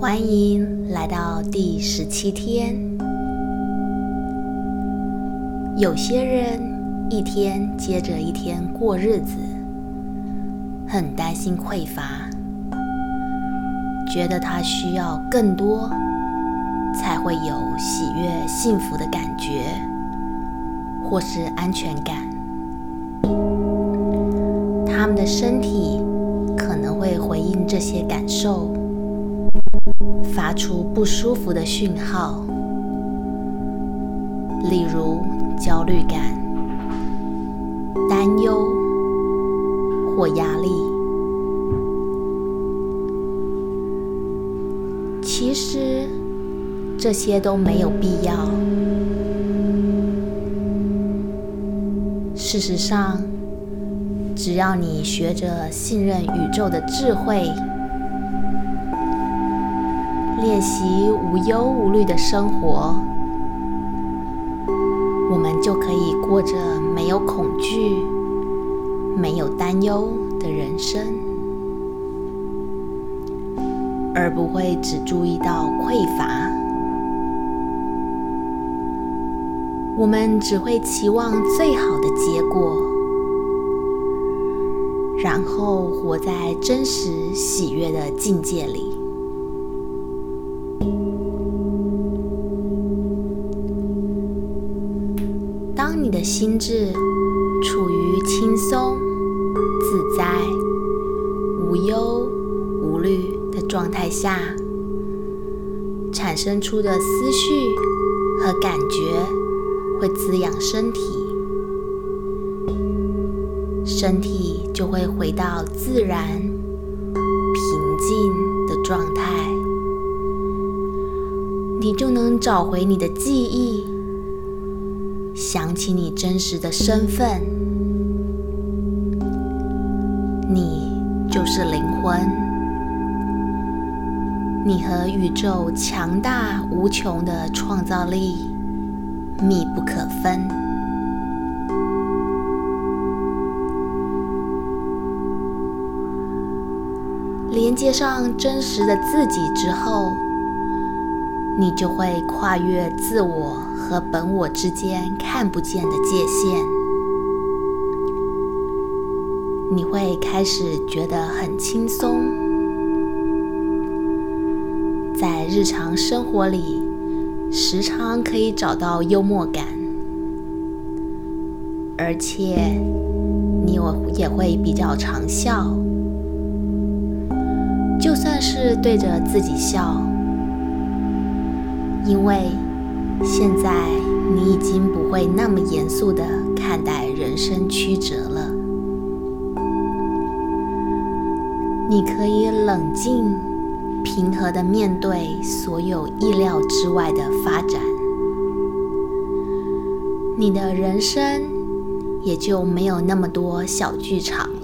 欢迎来到第17天。有些人一天接着一天过日子，很担心匮乏，觉得他需要更多才会有喜悦幸福的感觉，或是安全感。他们的身体可能会回应这些感受，发出不舒服的讯号，例如焦虑感、担忧或压力。其实这些都没有必要。事实上，只要你学着信任宇宙的智慧，练习无忧无虑的生活，我们就可以过着没有恐惧、没有担忧的人生，而不会只注意到匮乏。我们只会期望最好的结果，然后活在真实喜悦的境界里。当你的心智处于轻松、自在、无忧无虑的状态下，产生出的思绪和感觉会滋养身体，身体就会回到自然、平静的状态，你就能找回你的记忆，想起你真实的身份，你就是灵魂，你和宇宙强大无穷的创造力密不可分。连接上真实的自己之后，你就会跨越自我和本我之间看不见的界限。你会开始觉得很轻松，在日常生活里时常可以找到幽默感，而且你也会比较常笑。就算是对着自己笑，因为现在你已经不会那么严肃地看待人生曲折了。你可以冷静、平和地面对所有意料之外的发展，你的人生也就没有那么多小剧场了。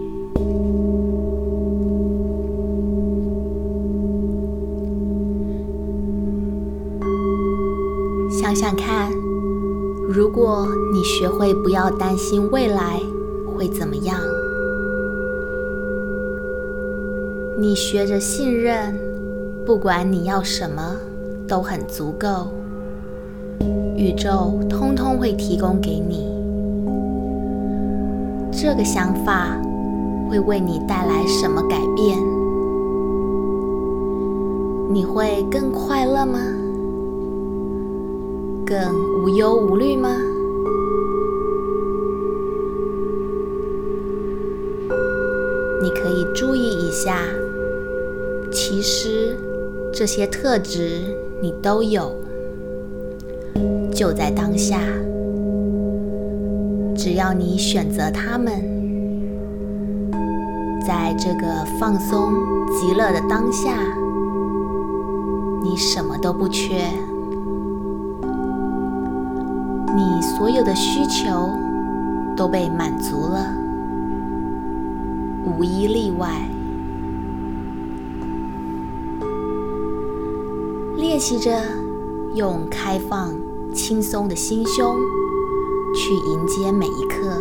想想看，如果你学会不要担心未来会怎么样，你学着信任，不管你要什么都很足够，宇宙通通会提供给你。这个想法会为你带来什么改变？你会更快乐吗？更无忧无虑吗？你可以注意一下，其实这些特质你都有，就在当下。只要你选择它们，在这个放松极乐的当下，你什么都不缺。你所有的需求都被满足了，无一例外。练习着用开放、轻松的心胸去迎接每一刻，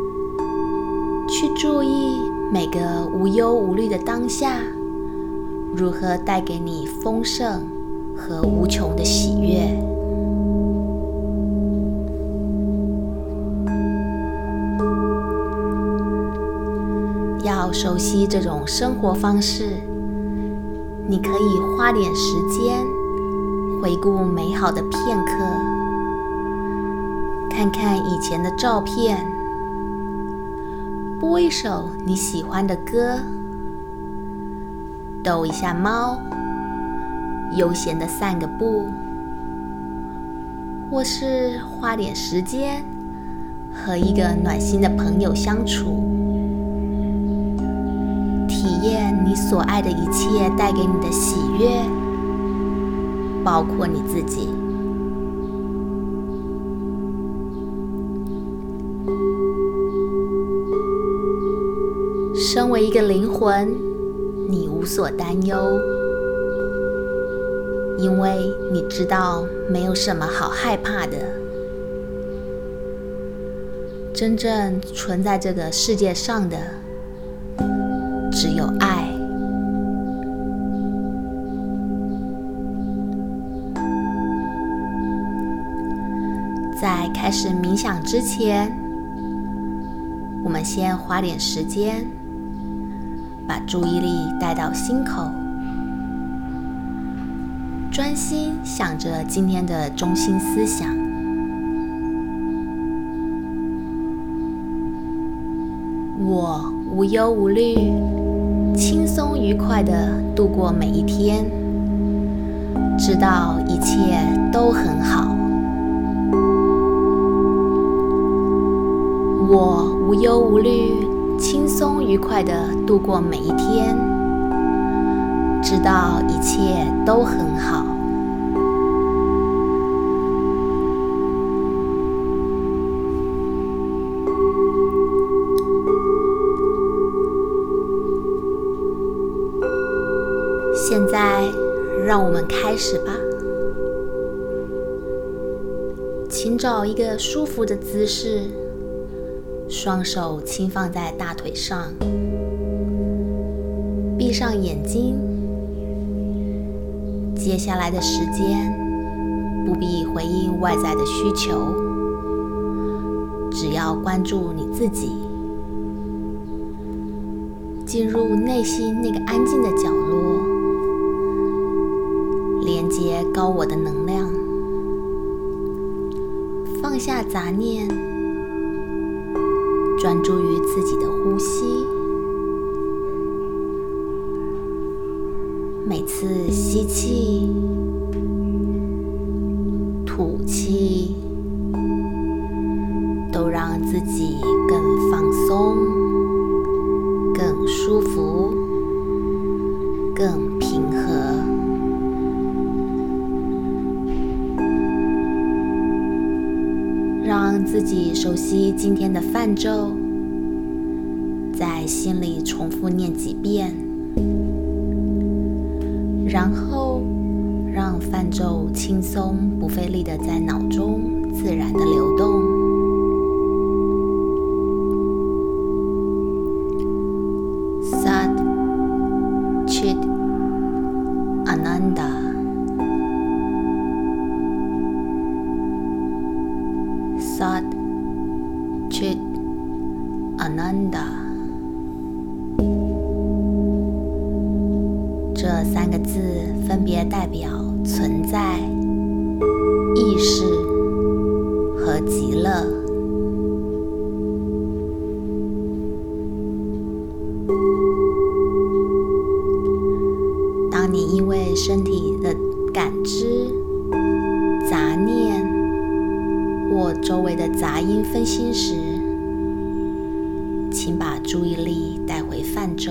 去注意每个无忧无虑的当下， 如何带给你丰盛和无穷的喜悦。要熟悉这种生活方式，你可以花点时间回顾美好的片刻，看看以前的照片，播一首你喜欢的歌，逗一下猫，悠闲地散个步，或是花点时间和一个暖心的朋友相处，体验你所爱的一切带给你的喜悦，包括你自己。身为一个灵魂，你无所担忧，因为你知道没有什么好害怕的。真正存在这个世界上的只有爱。在开始冥想之前，我们先花点时间，把注意力带到心口，专心想着今天的中心思想。我无忧无虑，轻松愉快地度过每一天，知道一切都很好。我无忧无虑，轻松愉快地度过每一天，知道一切都很好。现在，让我们开始吧。请找一个舒服的姿势，双手轻放在大腿上，闭上眼睛。接下来的时间，不必回应外在的需求，只要关注你自己，进入内心那个安静的角落，连接高我的能量，放下杂念，专注于自己的呼吸。每次吸气、吐气，都让自己更放松、更舒服、更平和。让自己熟悉今天的梵咒，在心里重复念几遍，然后让梵咒轻松不费力地在脑中自然地流动。Sat Chit Ananda Sat Chit Ananda， 这三个字分别代表存在、意识和极乐。当你因为身体的感知、杂念或周围的杂音分心时，请把注意力带回梵咒，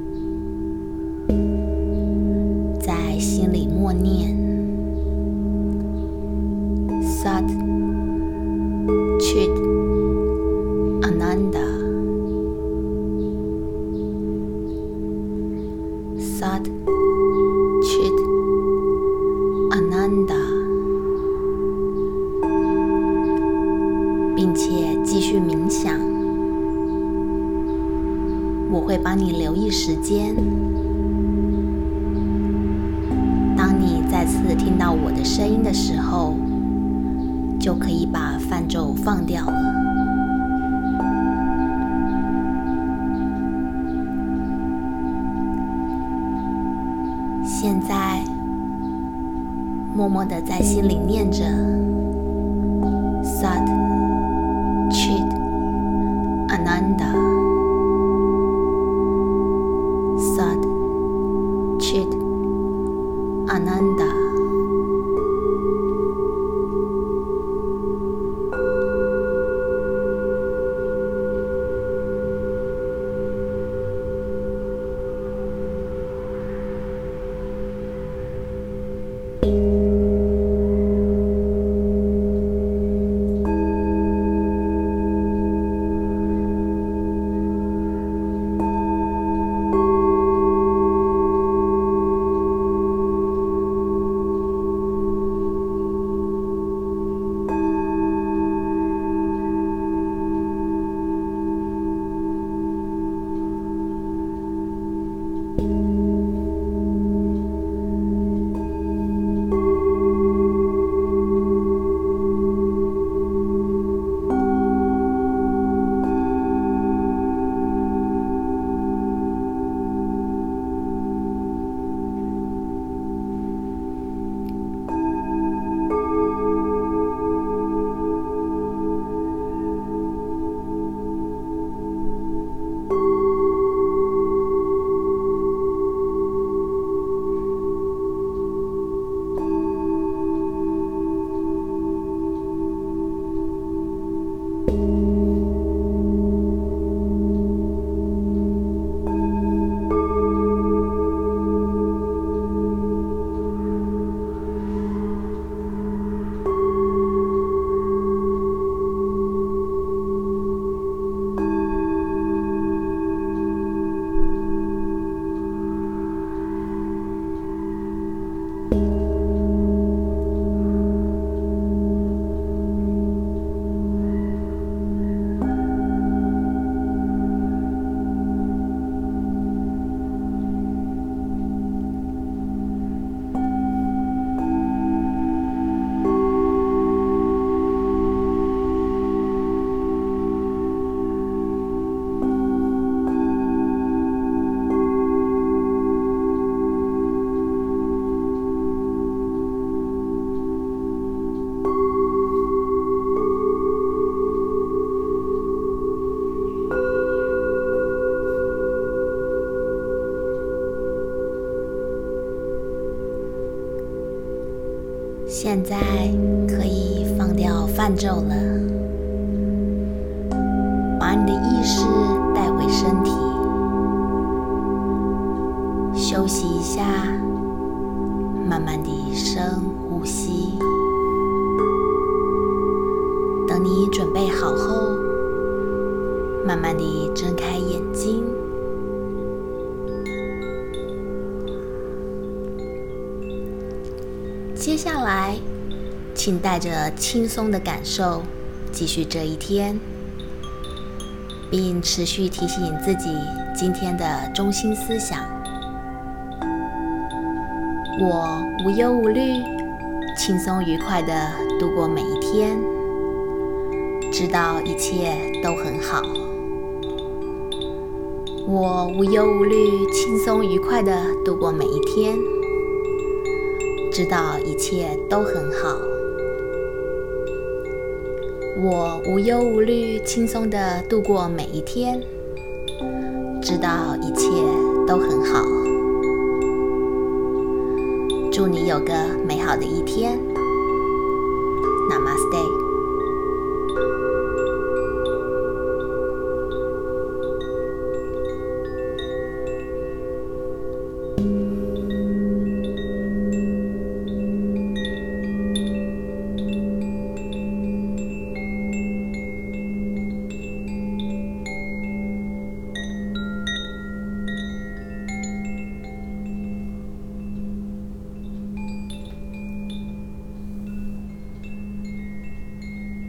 在心里默念 Sat Chit Ananda Sat Chit Ananda， 并且继续冥想。我会帮你留意时间， 次听到我的声音的时候，就可以把泛咒放掉了。现在，默默地在心里念着 Sat Chit Ananda Sat Chit Ananda。现在可以放掉泛咒了，把你的意识带回身体，休息一下，慢慢地深呼吸。等你准备好后，慢慢地睁开眼睛。接下来，请带着轻松的感受继续这一天，并持续提醒自己今天的中心思想：我无忧无虑，轻松愉快地度过每一天，知道一切都很好。我无忧无虑，轻松愉快地度过每一天，知道一切都很好。我无忧无虑，轻松地度过每一天，知道一切都很好。祝你有个美好的一天。